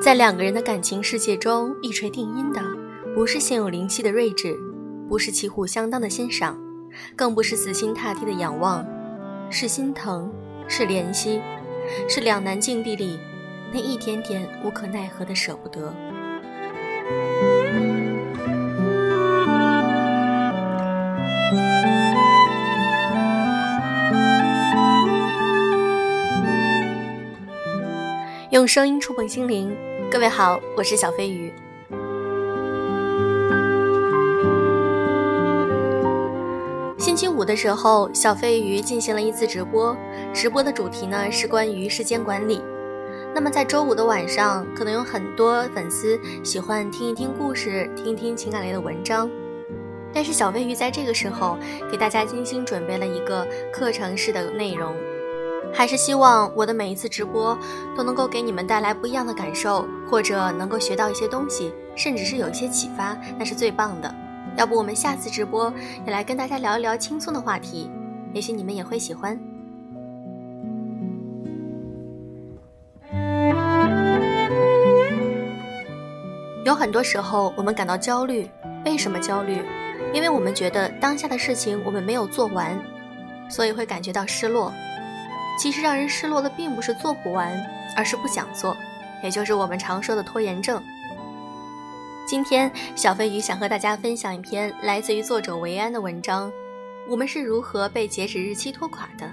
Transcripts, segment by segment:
在两个人的感情世界中，一锤定音的不是心有灵犀的睿智，不是旗鼓相当的欣赏，更不是死心塌地的仰望，是心疼，是怜惜，是两难境地里那一点点无可奈何的舍不得。用声音触碰心灵，各位好，我是小飞鱼。星期五的时候，小飞鱼进行了一次直播，直播的主题呢是关于时间管理。那么在周五的晚上，可能有很多粉丝喜欢听一听故事，听一听情感类的文章，但是小飞鱼在这个时候给大家精心准备了一个课程式的内容，还是希望我的每一次直播都能够给你们带来不一样的感受，或者能够学到一些东西，甚至是有一些启发，那是最棒的。要不我们下次直播也来跟大家聊一聊轻松的话题，也许你们也会喜欢。有很多时候我们感到焦虑，为什么焦虑？因为我们觉得当下的事情我们没有做完，所以会感觉到失落。其实让人失落的并不是做不完，而是不想做，也就是我们常说的拖延症。今天小飞鱼想和大家分享一篇来自于作者维安的文章，我们是如何被截止日期拖垮的。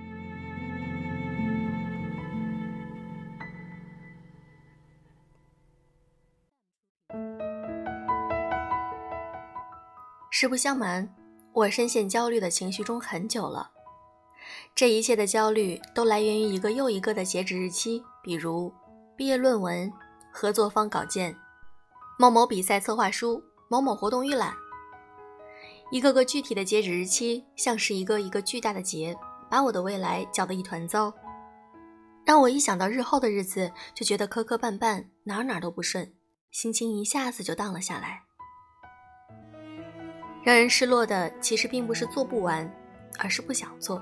实不相瞒，我深陷焦虑的情绪中很久了。这一切的焦虑都来源于一个又一个的截止日期，比如毕业论文、合作方稿件、某某比赛策划书、某某活动预览。一个个具体的截止日期像是一个一个巨大的结，把我的未来搅得一团糟，让我一想到日后的日子就觉得磕磕绊绊，哪哪都不顺，心情一下子就荡了下来。让人失落的其实并不是做不完，而是不想做。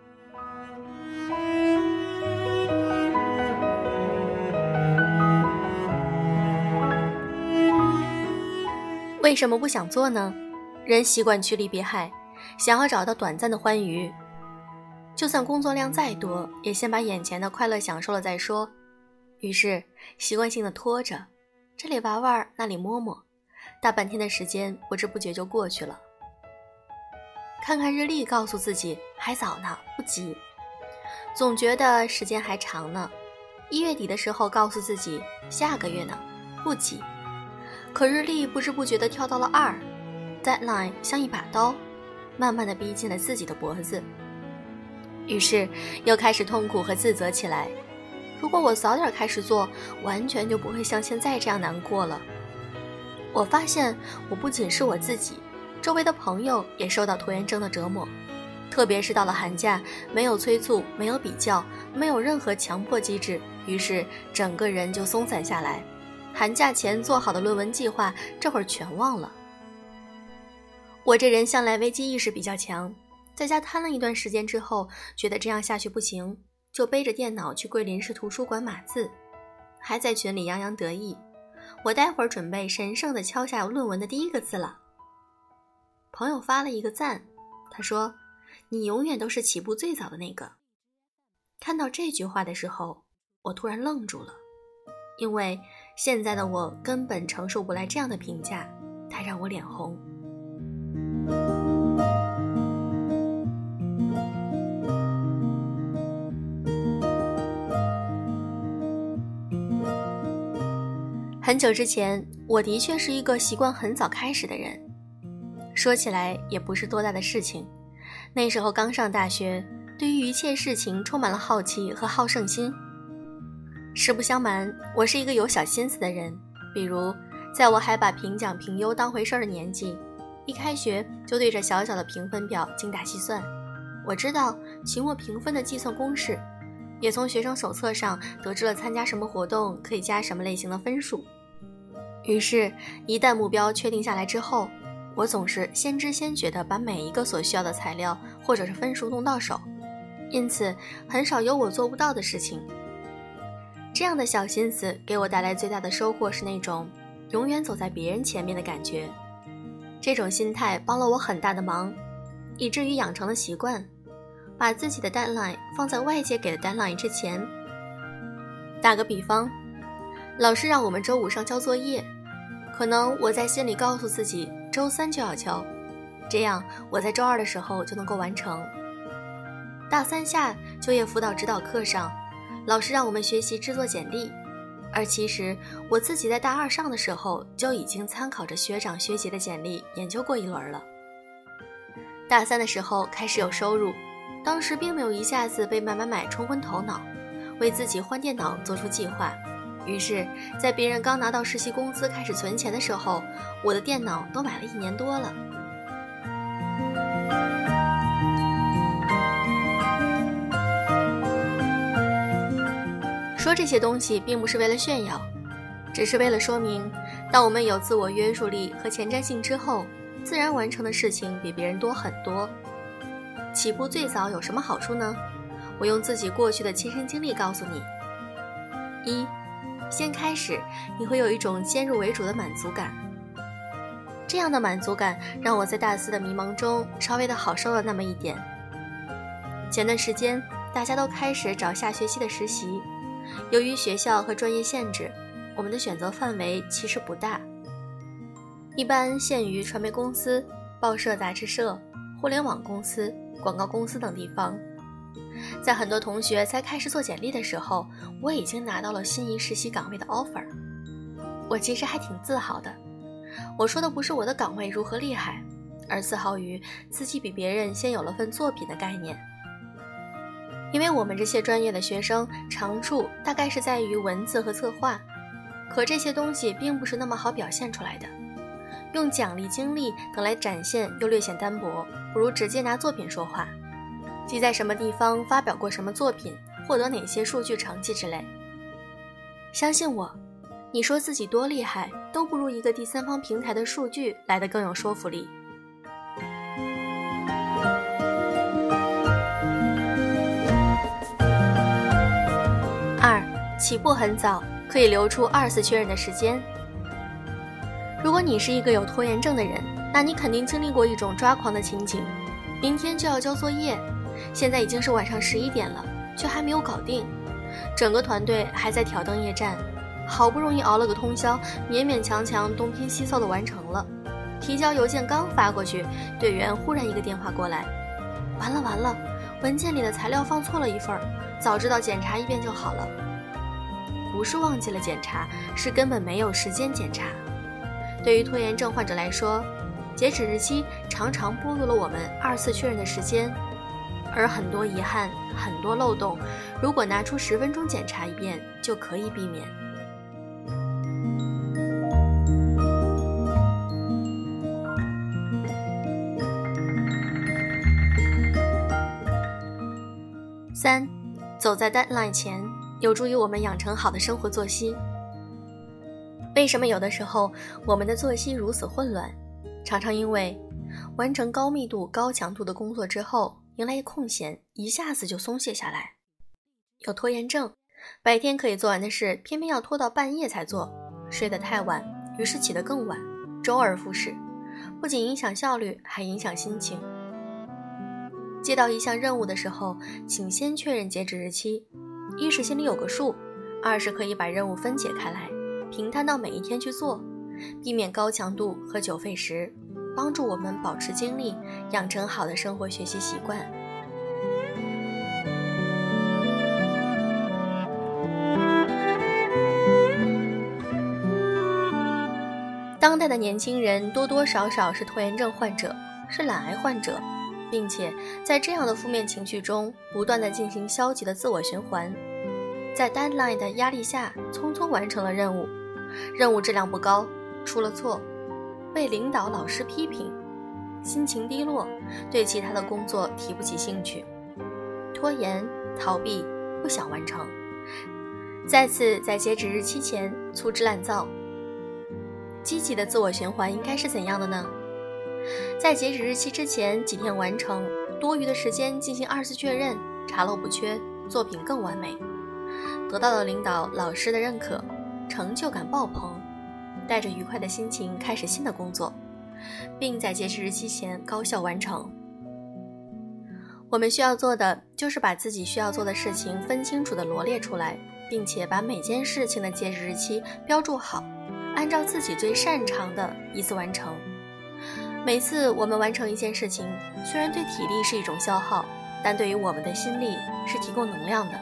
为什么不想做呢？人习惯趋利避害，想要找到短暂的欢愉，就算工作量再多，也先把眼前的快乐享受了再说。于是习惯性的拖着，这里玩玩，那里摸摸，大半天的时间不知不觉就过去了。看看日历，告诉自己还早呢，不急，总觉得时间还长呢。1月底的时候告诉自己下个月呢，不急，可日历不知不觉地跳到了2， deadline 像一把刀，慢慢地逼近了自己的脖子。于是又开始痛苦和自责起来，如果我早点开始做，完全就不会像现在这样难过了。我发现我不仅是我自己，周围的朋友也受到拖延症的折磨，特别是到了寒假，没有催促，没有比较，没有任何强迫机制，于是整个人就松散下来。寒假前做好的论文计划，这会儿全忘了。我这人向来危机意识比较强，在家瘫了一段时间之后，觉得这样下去不行，就背着电脑去桂林市图书馆码字，还在群里洋洋得意，我待会儿准备神圣地敲下论文的第一个字了。朋友发了一个赞，他说：“你永远都是起步最早的那个。”看到这句话的时候，我突然愣住了，因为现在的我根本承受不来这样的评价，它让我脸红。很久之前，我的确是一个习惯很早开始的人，说起来也不是多大的事情。那时候刚上大学，对于一切事情充满了好奇和好胜心。实不相瞒，我是一个有小心思的人，比如在我还把评奖评优当回事的年纪，一开学就对着小小的评分表精打细算。我知道期末评分的计算公式，也从学生手册上得知了参加什么活动可以加什么类型的分数。于是一旦目标确定下来之后，我总是先知先觉地把每一个所需要的材料或者是分数弄到手，因此很少有我做不到的事情。 这样的小心思给我带来最大的收获是那种永远走在别人前面的感觉。这种心态帮了我很大的忙，以至于养成了习惯，把自己的 deadline 放在外界给的 deadline 之前。打个比方，老师让我们周5上交作业，可能我在心里告诉自己周3就要交，这样我在周2的时候就能够完成。大3下就业辅导指导课上，老师让我们学习制作简历，而其实我自己在大2上的时候就已经参考着学长学姐的简历研究过一轮了。大3的时候开始有收入，当时并没有一下子被买冲昏头脑，为自己换电脑做出计划，于是在别人刚拿到实习工资开始存钱的时候，我的电脑都买了1年多了。说这些东西并不是为了炫耀，只是为了说明，当我们有自我约束力和前瞻性之后，自然完成的事情比别人多很多。起步最早有什么好处呢？我用自己过去的亲身经历告诉你。1. 先开始，你会有一种先入为主的满足感。这样的满足感让我在大4的迷茫中稍微的好受了那么一点。前段时间大家都开始找下学期的实习，由于学校和专业限制，我们的选择范围其实不大，一般限于传媒公司、报社杂志社、互联网公司、广告公司等地方。在很多同学才开始做简历的时候，我已经拿到了心仪实习岗位的 offer。 我其实还挺自豪的，我说的不是我的岗位如何厉害，而自豪于自己比别人先有了份作品的概念。因为我们这些专业的学生长处大概是在于文字和策划，可这些东西并不是那么好表现出来的，用奖励经历等来展现又略显单薄，不如直接拿作品说话，即在什么地方发表过什么作品，获得哪些数据成绩之类。相信我，你说自己多厉害，都不如一个第三方平台的数据来得更有说服力。2. 起步很早，可以留出2次确认的时间。如果你是一个有拖延症的人，那你肯定经历过一种抓狂的情景，明天就要交作业，现在已经是晚上11点了，却还没有搞定，整个团队还在挑灯夜战，好不容易熬了个通宵，勉勉强强东拼西凑的完成了。提交邮件刚发过去，队员忽然一个电话过来，完了，文件里的材料放错了一份，早知道检查一遍就好了。不是忘记了检查，是根本没有时间检查。对于拖延症患者来说，截止日期常常剥夺了我们2次确认的时间，而很多遗憾、很多漏洞，如果拿出10分钟检查一遍就可以避免。3. 走在 deadline 前，有助于我们养成好的生活作息。为什么有的时候我们的作息如此混乱？常常因为完成高密度、高强度的工作之后，迎来空闲，一下子就松懈下来。有拖延症，白天可以做完的事，偏偏要拖到半夜才做，睡得太晚，于是起得更晚，周而复始，不仅影响效率，还影响心情。接到一项任务的时候，请先确认截止日期，一是心里有个数，二是可以把任务分解开来，平摊到每一天去做，避免高强度和久费时，帮助我们保持精力，养成好的生活学习习惯。当代的年轻人多多少少是拖延症患者，是懒癌患者，并且在这样的负面情绪中不断地进行消极的自我循环，在 deadline 的压力下匆匆完成了任务，任务质量不高，出了错，被领导老师批评，心情低落，对其他的工作提不起兴趣，拖延、逃避，不想完成，再次在截止日期前粗制滥造。积极的自我循环应该是怎样的呢？在截止日期之前几天完成，多余的时间进行2次确认，查漏补缺，作品更完美。 得到了领导、老师的认可，成就感爆棚，带着愉快的心情开始新的工作，并在截止日期前高效完成。我们需要做的就是把自己需要做的事情分清楚地罗列出来，并且把每件事情的截止日期标注好，按照自己最擅长的依次完成。每次我们完成一件事情，虽然对体力是一种消耗，但对于我们的心力是提供能量的。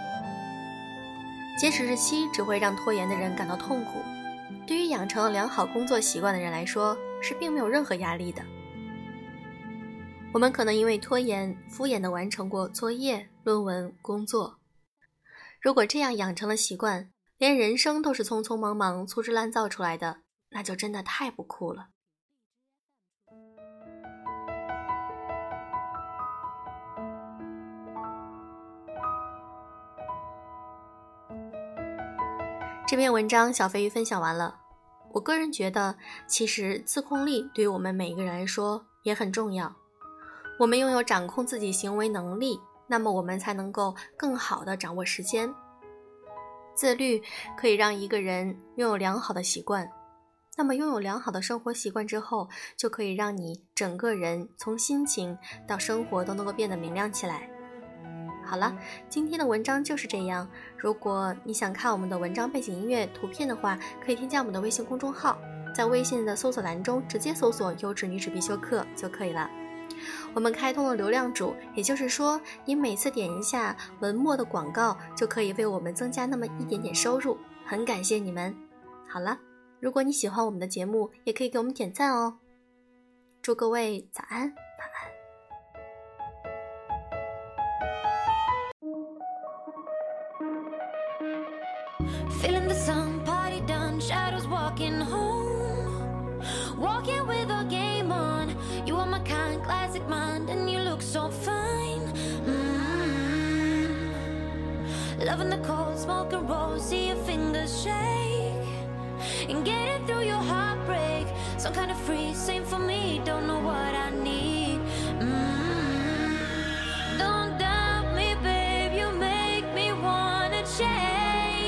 截止日期只会让拖延的人感到痛苦，对于养成了良好工作习惯的人来说，是并没有任何压力的。我们可能因为拖延，敷衍地完成过作业、论文、工作。如果这样养成了习惯，连人生都是匆匆忙忙、粗制滥造出来的，那就真的太不酷了。这篇文章小飞鱼分享完了。我个人觉得，其实自控力对于我们每一个人来说也很重要。我们拥有掌控自己行为能力，那么我们才能够更好地掌握时间。自律可以让一个人拥有良好的习惯，那么拥有良好的生活习惯之后，就可以让你整个人从心情到生活都能够变得明亮起来。好了，今天的文章就是这样。如果你想看我们的文章背景音乐图片的话，可以添加我们的微信公众号，在微信的搜索栏中直接搜索优质女子必修课就可以了。我们开通了流量主，也就是说你每次点一下文末的广告，就可以为我们增加那么一点点收入，很感谢你们。好了，如果你喜欢我们的节目，也可以给我们点赞哦。祝各位早安晚安。 Feeling the sun, party done, shadows walking home, walking with a game on. You are my kind, classic mind, and you look so fine. Loving the cold, smoke and roll, see your fingers shake, and getting through your heartbreak. Some kind of free, same for me, don't know what I need. Don't doubt me, babe, you make me wanna change.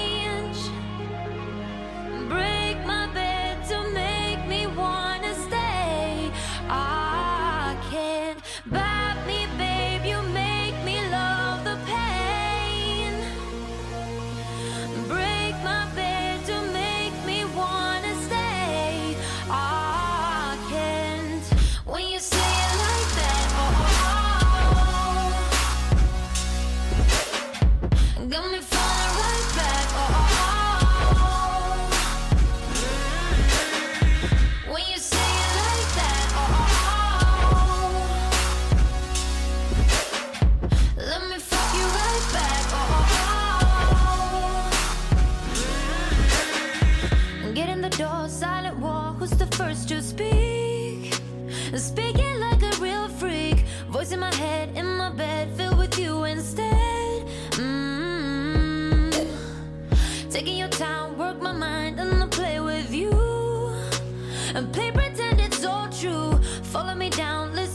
First to speak, speaking like a real freak. Voice in my head, in my bed, filled with you instead. Taking your time, work my mind, and I'll play with you, and play pretend it's all true. Follow me down, listen